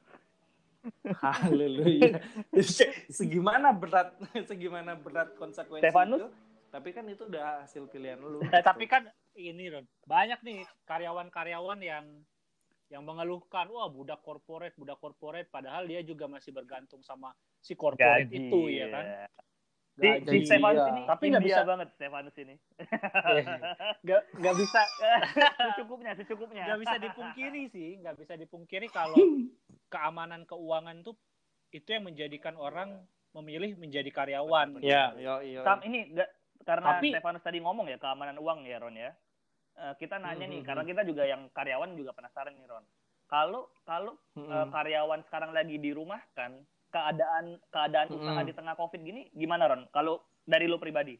Haleluya. Segimana berat konsekuensi Stefanus? itu. Tapi kan itu udah hasil pilihan lu. Tapi kan ini Ron, banyak nih karyawan-karyawan yang mengeluhkan, wah budak korporat, padahal dia juga masih bergantung sama si korporat itu ya kan. Si Stefanus ini, tapi nggak bisa banget Stefanus ini. Nggak bisa. secukupnya. Nggak bisa dipungkiri kalau keamanan keuangan tuh itu yang menjadikan orang memilih menjadi karyawan. Iya. Ini karena Stefanus tadi ngomong ya keamanan uang ya Ron ya. Kita nanya nih karena kita juga yang karyawan juga penasaran nih Ron. Kalau karyawan sekarang lagi di rumah kan, keadaan usaha di tengah Covid gini gimana Ron? Kalau dari lo pribadi?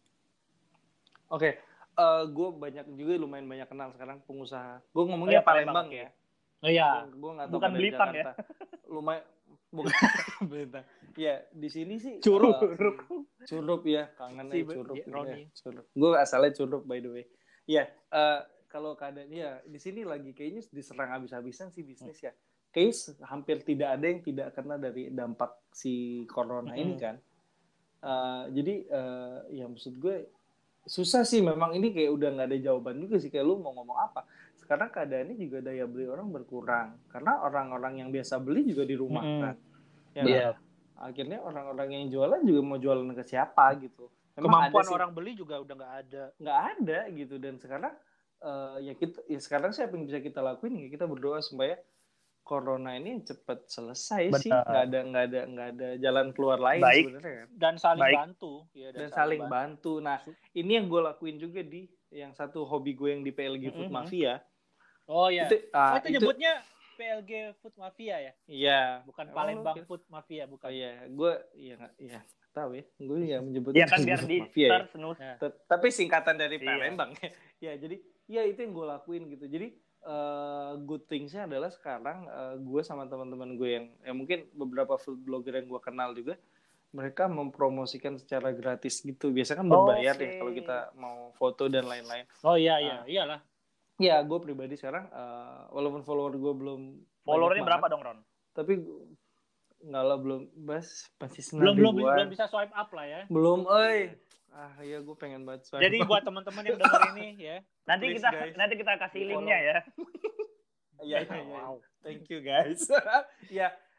Oke, gue lumayan banyak kenal sekarang pengusaha. Gue ngomongnya Palembang ya. Oh iya. Gue nggak tahu bukan Blitar ya. Lumayan bukan Blitar. Ya di sini sih Curup ya, kangen si Curup. Gue asalnya Curup by the way. Ya, kalau keadaan ya di sini lagi kayaknya diserang habis-habisan sih bisnis ya. Kayaknya hampir tidak ada yang tidak kena dari dampak si corona ini kan. Jadi ya maksud gue susah sih memang ini kayak udah nggak ada jawaban juga sih kayak lu mau ngomong apa. Sekarang keadaannya juga daya beli orang berkurang karena orang-orang yang biasa beli juga di rumah kan. Ya, akhirnya orang-orang yang jualan juga mau jualan ke siapa gitu. Memang kemampuan orang beli juga udah nggak ada gitu. Dan sekarang sekarang sih apa yang bisa kita lakuin ya kita berdoa supaya corona ini cepat selesai. Benar. Sih nggak ada jalan keluar lain sebenarnya kan. Dan saling bantu dan saling bantu. Nah ini yang gue lakuin juga di yang satu hobi gue yang di PLG Food Mafia. Oh ya itu nyebutnya PLG Food Mafia ya? Iya. Bukan Palembang Food Mafia bukan. Oh iya gue tahu ya, gue ya menyebut ya kan biar di ya. Tapi singkatan dari Palembang ya. Jadi ya itu yang gue lakuin gitu. Jadi good things-nya adalah sekarang gue sama teman-teman gue yang mungkin beberapa food blogger yang gue kenal juga mereka mempromosikan secara gratis gitu. Biasanya kan berbayar ya kalau kita mau foto dan lain-lain. Oh iya iyalah. Ya gue pribadi sekarang walaupun follower gue belum followernya berapa dong Ron? Tapi nggak lah belum masih belum bisa swipe up lah ya. Belum, ya gue pengen banget swipe. Jadi buat teman-teman yang denger ini ya. Nanti kita kasih linknya ya. Iya. Wow. Thank you guys. Ya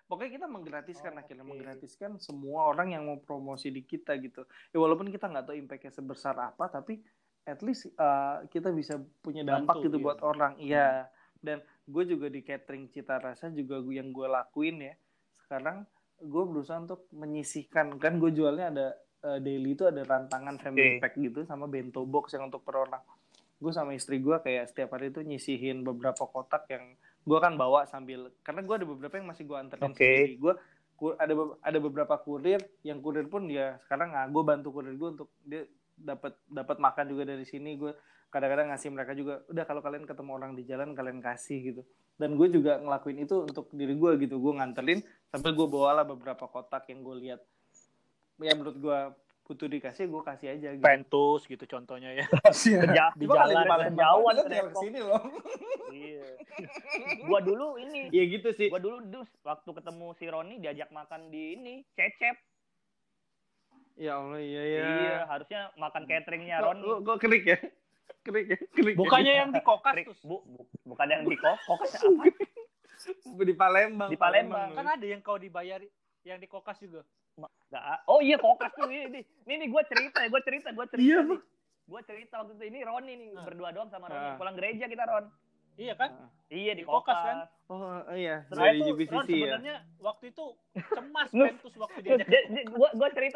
pokoknya kita menggratiskan akhirnya menggratiskan semua orang yang mau promosi di kita gitu. Ya walaupun kita nggak tahu impactnya sebesar apa, tapi at least kita bisa punya dampak gitu buat orang. Iya. Dan gue juga di catering Cita Rasa juga yang gue lakuin ya. Sekarang gue berusaha untuk menyisihkan, kan gue jualnya ada daily itu ada rantangan family pack gitu sama bento box yang untuk per orang. Gue sama istri gue kayak setiap hari itu nyisihin beberapa kotak yang gue kan bawa sambil, karena gue ada beberapa yang masih gue anterin sendiri. Gue ada beberapa kurir, yang kurir pun dia sekarang gue bantu kurir gue untuk dia dapat makan juga dari sini. Gue kadang-kadang ngasih mereka juga, udah kalau kalian ketemu orang di jalan kalian kasih gitu. Dan gue juga ngelakuin itu untuk diri gue gitu, gue nganterin sampai gue bawalah beberapa kotak yang gue lihat ya menurut gue butuh dikasih, gue kasih aja gitu. Pentus gitu contohnya ya. Di jalan jauhan ke sini loh. Iya. Gua dulu ini. Iya gitu sih. Gua dulu waktu ketemu si Roni diajak makan di ini, Cecep. Ya Allah, iya. Iya, harusnya makan cateringnya Roni. Kok kerik ya? Kerik. Bukannya yang di Kokas tuh. Bukan yang di Kokas apa? Di Palembang. Di Palembang. Kan ada yang kau dibayar yang di Kokas juga. Oh iya Kokas tuh ini. Nih gue cerita. Iya, gue cerita waktu itu ini Roni nih berdua doang sama Roni. Pulang gereja kita Ron. Iya kan? Iya di Kokas kan? Oh iya. Nah itu Ron sebenarnya waktu itu cemas Pentus waktu diajak. Gue cerita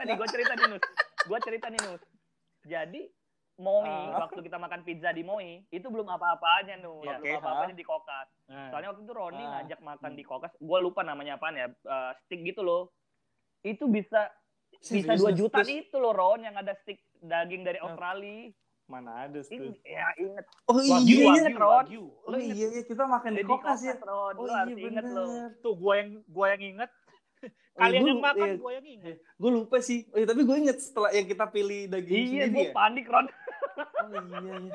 nih Nus. Jadi Moi waktu kita makan pizza di Moi itu belum apa-apanya Nus. Belum apa-apanya di Kokas. Soalnya waktu itu Roni ngajak makan di Kokas. Gue lupa namanya apaan ya. Stick gitu loh. Itu bisa 2 juta itu loh Ron, yang ada stick daging dari Australia. Mana ada tuh? Ya inget. Oh iya Ron. Oh iya kita makan di Kokas ya. Ron. Oh iya inget loh. Tuh gua yang inget. Kalian yang makan, gua yang inget. Gue lupa sih. Oh iya, tapi gue inget setelah yang kita pilih daging sendiri. Iya, gue panik Ron. Oh iya.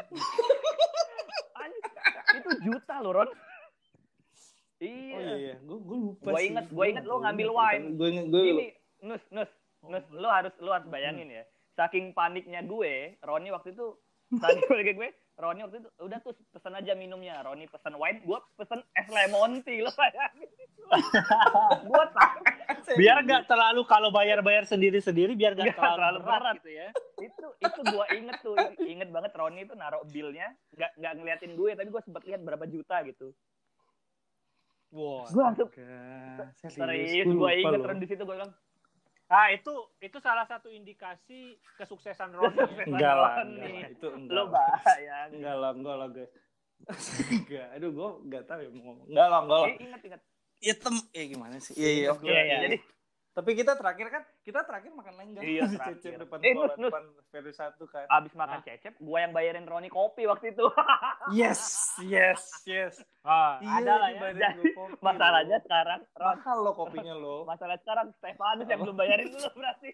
Itu juta loh Ron. Iya. Oh iya. Gue lupa. Gue inget lo ngambil wine. Ini Nus, lo harus bayangin ya. Saking paniknya gue, Roni waktu itu Roni waktu itu udah tuh pesan aja minumnya. Roni pesan wine, gue pesan es lemon tea, lo bayangin. Gue biar nggak terlalu, kalau bayar sendiri biar nggak terlalu berat gitu ya. Itu gue inget banget Roni itu naruh billnya, nggak ngeliatin gue, tapi gue sempat lihat berapa juta gitu. Wow. Gue langsung serius, gue inget Ron di situ gue bilang. Ah itu salah satu indikasi kesuksesan Ron. Enggak lah. Itu enggak. Lo bayang. Enggak lah guys. Enggak. Aduh gue enggak tahu ya mau ngomong. Enggak lah. Ingat. Ya gimana sih? Iya oke. Jadi tapi kita terakhir makan lenggang. Iya, Cecep depan Ferry 1 kan. Abis makan Cecep, gue yang bayarin Roni kopi waktu itu. Yes. Iya, ada lah ya. Jadi, masalahnya sekarang mahal lo kopinya lo. Masalah sekarang Stefanus yang belum bayarin lo berarti.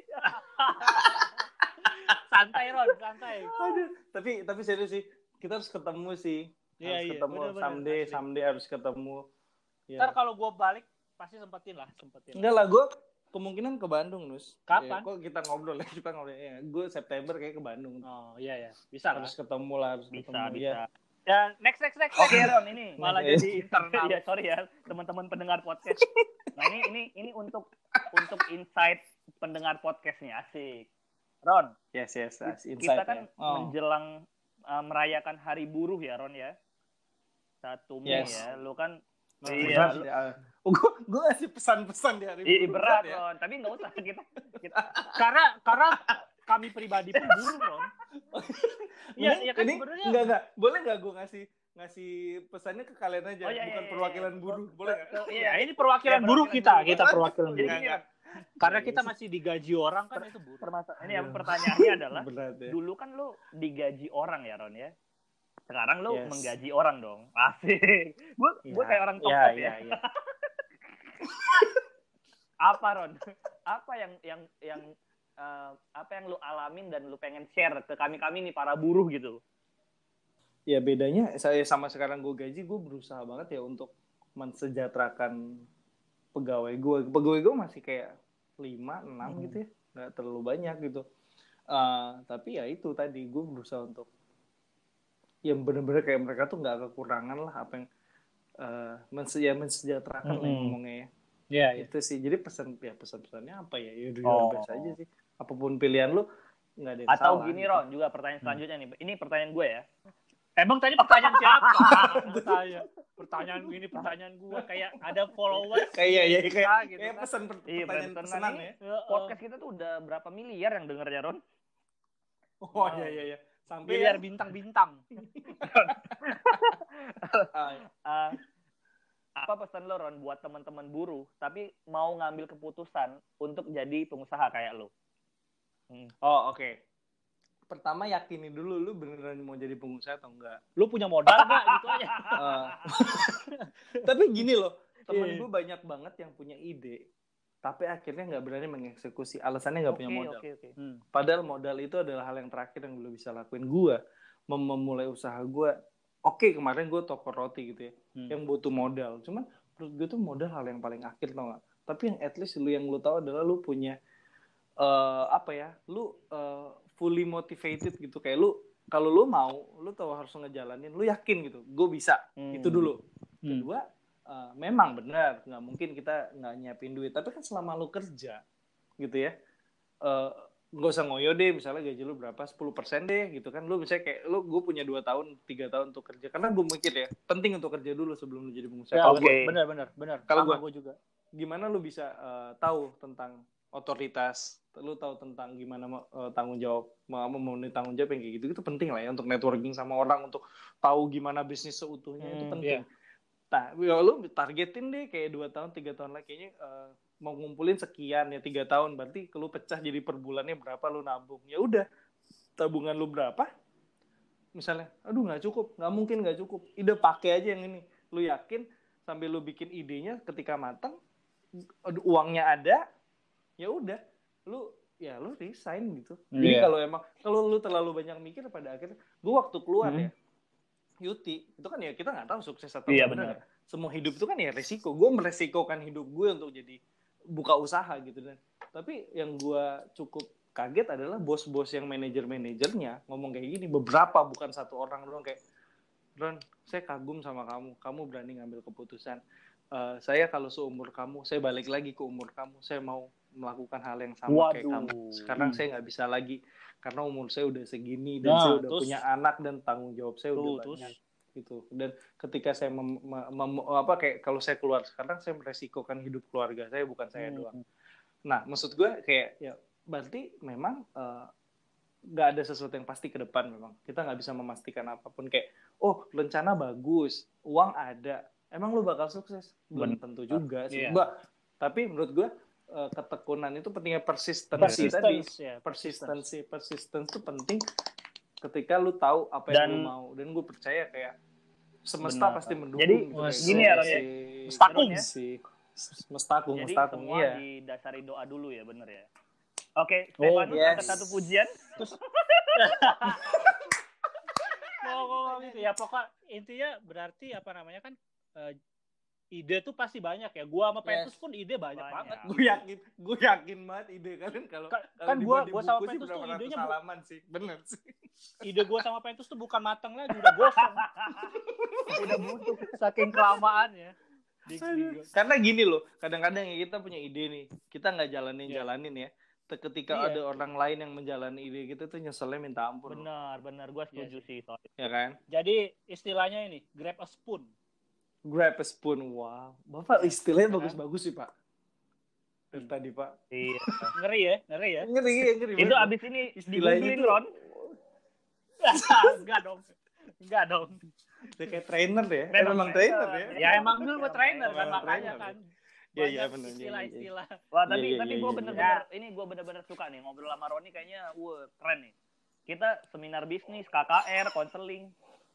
Santai Ron, santai. Aduh, tapi serius sih, kita harus ketemu sih. Harus ketemu someday harus ketemu. Ntar kalau gue balik pasti sempetin. Enggak lah, gue kemungkinan ke Bandung, Nus. Kapan? Kok kita ngobrol ya. Gue September kayak ke Bandung. Oh iya. Bisa harus ketemu lah, bisa. Ya, next. Oke, Ron, ini malah jadi internal. Iya, sorry ya, teman-teman pendengar podcast. Nah, ini untuk insight pendengar podcastnya, asik. Ron. Yes, insight. Kita kan menjelang merayakan Hari Buruh ya, Ron ya. 1 Mei ya. Lu kan gue ngasih pesan-pesan di hari buruh. Berat ya. Ron, tapi nggak usah kita. Karena kami pribadi pun buruh, Ron. Iya kan sebenarnya. Enggak. Boleh nggak gue ngasih pesannya ke kalian aja, bukan perwakilan buruh, boleh nggak? Iya, ini perwakilan buruh kita perwakilan buruh. Karena kita masih digaji orang kan itu buruh. Ini yang pertanyaannya adalah, dulu kan lo digaji orang ya Ron ya. Sekarang lo menggaji orang dong. Asik. Gue kayak orang top ya. Apa Ron? Apa yang lu alamin dan lu pengen share ke kami nih para buruh gitu? Ya bedanya saya sama sekarang gue gaji, gue berusaha banget ya untuk mensejahterakan pegawai gue. Pegawai gue masih kayak 5-6 gitu ya, nggak terlalu banyak gitu. Tapi ya itu tadi gue berusaha untuk yang benar-benar kayak mereka tuh nggak kekurangan lah apa yang mensejahterakan lah ngomongnya ya. Iya. Itu sih. Jadi pesan-pesannya apa ya? Ya udah biasa aja sih. Apapun pilihan lu nggak ada yang Atau salah. gini Ron, juga pertanyaan selanjutnya nih. Ini pertanyaan gue ya. Emang tadi pertanyaan siapa? Pertanyaan gue kayak ada followers. Kayak gitu kayak kan. pesan ya. Podcast kita tuh udah berapa miliar yang denger ya Ron? Oh iya. Sampai miliar bintang-bintang. Apa pesan lo Ron buat teman-teman buruh tapi mau ngambil keputusan untuk jadi pengusaha kayak lo? Oh oke. Pertama yakini dulu lu beneran mau jadi pengusaha atau enggak. Lu punya modal enggak gitu aja. Tapi gini loh, temen gue banyak banget yang punya ide, tapi akhirnya nggak berani mengeksekusi. Alasannya nggak punya modal. Padahal modal itu adalah hal yang terakhir yang lu bisa lakuin. Gue memulai usaha gue. Oke, kemarin gue toko roti gitu ya, yang butuh modal. Cuman menurut gue tuh modal hal yang paling akhir, tau nggak? Tapi yang at least yang lu tahu adalah lu punya lu fully motivated gitu, kayak lu kalau lu mau, lu tahu harus ngejalanin, lu yakin gitu, gue bisa. Itu dulu. Kedua, memang benar nggak mungkin kita nggak nyiapin duit, tapi kan selama lu kerja gitu ya, nggak usah ngoyo deh, misalnya gaji lu berapa, 10% deh gitu kan. Lu misalnya kayak gue punya 2 tahun 3 tahun untuk kerja, karena gue mikir ya penting untuk kerja dulu sebelum lu jadi pengusaha. Benar. Kalau gue juga, gimana lu bisa tahu tentang otoritas, lu tahu tentang gimana tanggung jawab, memenuhi tanggung jawab yang kayak gitu, itu penting lah ya untuk networking sama orang, untuk tahu gimana bisnis seutuhnya, itu penting. Nah, lu targetin deh kayak 2 tahun 3 tahun lagi kayaknya mau ngumpulin sekian ya, 3 tahun berarti lu pecah jadi per bulannya berapa lu nabung. Ya udah, tabungan lu berapa? Misalnya, aduh nggak mungkin nggak cukup. Ide pakai aja yang ini. Lu yakin sambil lu bikin idenya, ketika matang, uangnya ada, ya udah, lu resign gitu. Jadi kalau lu terlalu banyak mikir, pada akhirnya gue waktu keluar ya Yuti itu kan ya kita nggak tahu sukses atau benar. Semua hidup itu kan ya resiko. Gue meresikokan hidup gue untuk jadi buka usaha gitu. Dan tapi yang gue cukup kaget adalah bos-bos yang manajer-manajernya ngomong kayak gini, beberapa, bukan satu orang doang, kayak, Ron, saya kagum sama kamu berani ngambil keputusan. Saya kalau seumur kamu, saya balik lagi ke umur kamu, saya mau melakukan hal yang sama kayak kamu. Sekarang saya nggak bisa lagi karena umur saya udah segini dan saya udah punya anak dan tanggung jawab saya udah banyak gitu. Dan ketika saya kayak kalau saya keluar sekarang, saya meresikokan hidup keluarga saya, bukan saya doang. Nah, maksud gue kayak ya berarti memang nggak ada sesuatu yang pasti ke depan. Memang kita nggak bisa memastikan apapun. Kayak rencana bagus, uang ada, emang lu bakal sukses? Belum tentu juga sih. Tapi menurut gue ketekunan itu pentingnya, persistensi tadi. Persistence itu penting ketika lu tahu apa yang lu mau. Dan gue percaya kayak semesta pasti mendukung. Jadi gitu, gini ya Ron ya. Mestakung. Jadi semua didasari doa dulu ya, bener ya. Oke, Stefanus ada satu pujian. Gitu ya, pokoknya intinya berarti apa namanya kan, ide tuh pasti banyak ya. Gua sama Pentus pun ide banyak banget. Gue yakin banget ide kalian kalau kan gua sama Pentus tuh idenya halaman sih. Bener sih. Ide gua sama Pentus tuh bukan matang lagi, udah gosong. Udah busuk saking kelamaannya. Karena gini loh, kadang-kadang ya kita punya ide nih, kita nggak jalanin ya. Ketika ada orang lain yang menjalani ide kita tuh nyeselnya minta ampun. Benar, gue setuju sih. Ya kan? Jadi istilahnya ini, grab a spoon. Grab a spoon, wow. Bapak istilahnya bagus-bagus sih, Pak. Dari tadi, Pak. Iya. Ngeri ya. Ngeri. Itu abis ini di-googling, Ron. Enggak dong. Udah kayak trainer ya. Memang trainer ya. Ya emang gue trainer kan, makanya kan. Iya benar. Istilah-istilah. Wah, tapi gue bener-bener suka nih ngobrol sama Roni, kayaknya keren nih. Kita seminar bisnis, KKR, konseling.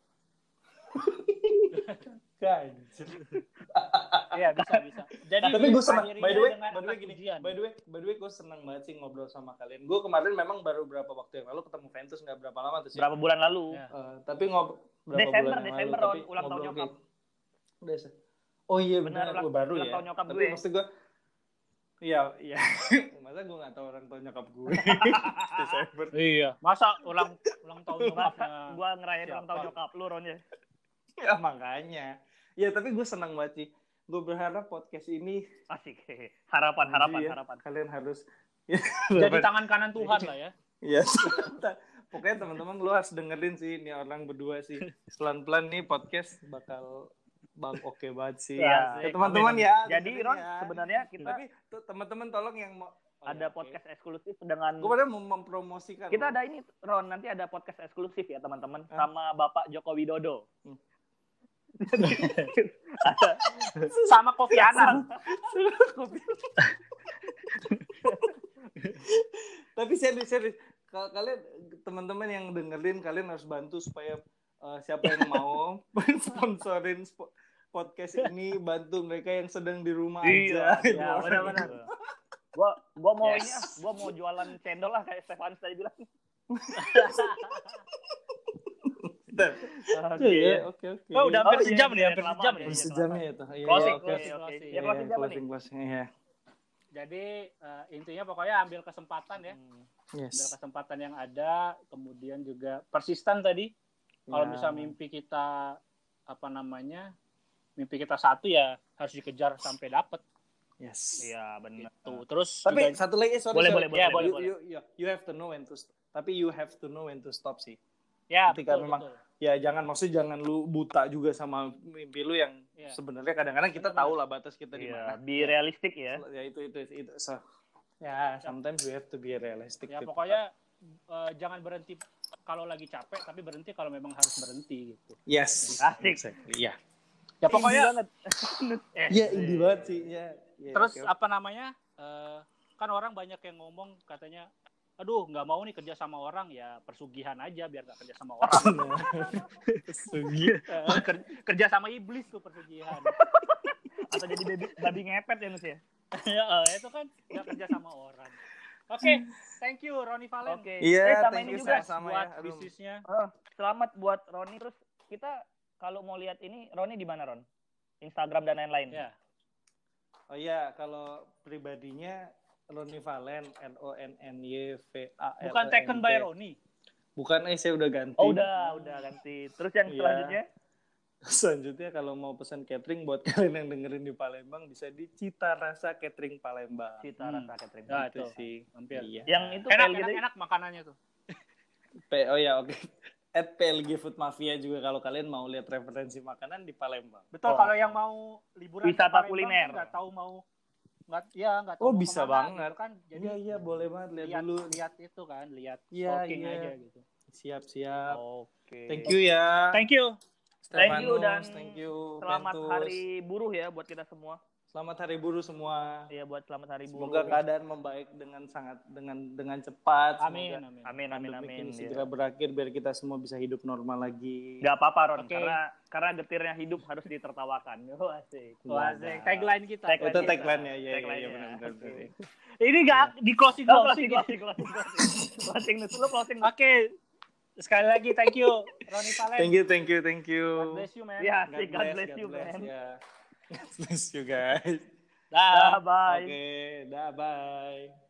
Iya, bisa. Jadi tapi gue senang. By the way, gue senang banget sih ngobrol sama kalian. Gue kemarin memang baru berapa waktu yang lalu ketemu Ventus, nggak berapa lama tuh sih. Berapa bulan lalu? Tapi Desember ulang tahun nyokap. Oh iya benar, gue baru ya. Tapi maksud gue, iya. Masa gue nggak tahu orang tua nyokap gue. Desember. Iya. Masa ulang tahun nyokap? Gue ngerayain ulang tahun nyokap lu, Ron ya. Ya makanya. Ya tapi gue senang banget sih. gue berharap podcast ini asik. Harapan. Kalian harus jadi tangan kanan Tuhan lah ya. Iya. Pokoknya teman-teman lu harus dengerin sih ini orang berdua sih. Pelan-pelan nih podcast bakal oke banget sih. Ya, teman-teman ya. Jadi Ron, sebenarnya kita tapi teman-teman tolong yang mau ada podcast eksklusif dengan gue pada mau mempromosikan. Kita ada ini Ron, nanti ada podcast eksklusif ya teman-teman sama Bapak Joko Widodo. Sama Kofi Annan. Tapi serius kalian teman-teman yang dengerin kalian harus bantu supaya siapa yang mau sponsorin podcast ini, bantu mereka yang sedang di rumah aja. Iya, benar-benar. Gua mau ini gua mau jualan cendol lah kayak Stefan tadi bilang. Oke. Oh, udah hampir sejam nih, hampir sejam nih. Sejamnya itu. Closing ya. Jadi intinya pokoknya ambil kesempatan ya. Ambil kesempatan yang ada, kemudian juga persisten tadi. Kalau misalnya mimpi kita mimpi kita satu ya harus dikejar sampai dapet. Yes. Iya, benar. Tuh. Terus tapi juga, satu lagi boleh. You have to know when to tapi you have to know when to stop sih. Ya, ketika memang ya jangan lu buta juga sama mimpi lu yang sebenarnya kadang-kadang kita tahu lah batas kita di mana. Be realistic ya. Ya itu. So, ya sometimes we have to be realistic. Ya pokoknya jangan berhenti kalau lagi capek, tapi berhenti kalau memang harus berhenti gitu. Yes. Asik. Iya. Ya pokoknya indie banget sih. Ya. Terus kan orang banyak yang ngomong katanya, aduh nggak mau nih kerja sama orang, ya persugihan aja biar nggak kerja sama orang. Kerja sama iblis tuh persugihan. Atau jadi babi ngepet ya Nus ya. Ya itu kan nggak kerja sama orang. Oke, thank you Roni Valen. Iya, sama ini juga buat bisnisnya. Selamat buat Roni. Terus kita kalau mau lihat ini Roni di mana Ron? Instagram dan lain-lain. Ya. Oh iya, kalau pribadinya Roni Valen, RONNYVALENT. Bukan taken by Roni. Bukan, saya udah ganti. Oh, udah ganti. Terus yang selanjutnya? Selanjutnya kalau mau pesan catering buat kalian yang dengerin di Palembang bisa di Cita Rasa Catering Palembang. Cita Rasa Catering. Nah, itu sih. Hampir. Iya. Yang itu enak makanannya tuh. Oke. @PLG Food Mafia juga kalau kalian mau lihat referensi makanan di Palembang. Betul, kalau yang mau liburan wisata kuliner. Nggak tahu nggak tahu. Oh, bisa banget. Gitu kan. Jadi iya, boleh banget lihat dulu. Lihat itu kan, stalking aja gitu. Siap. Oke. Thank you ya. Thank you dan thank you. Selamat Pentus. Hari Buruh ya buat kita semua. Selamat Hari Buruh semua. Iya, buat selamat Hari Buruh. Semoga keadaan membaik dengan cepat. Amin. Segera berakhir biar kita semua bisa hidup normal lagi. Gak apa-apa Ron, karena getirnya hidup harus ditertawakan. Asik. Tagline kita. Itu tagline-nya. Iya, benar. Ini nggak di closing. Closing lu closing. Oke. Sekali lagi thank you Roni Valen. Thank you. God bless you man. Ya, God bless you man. God bless you guys. Dah, bye. Oke, bye.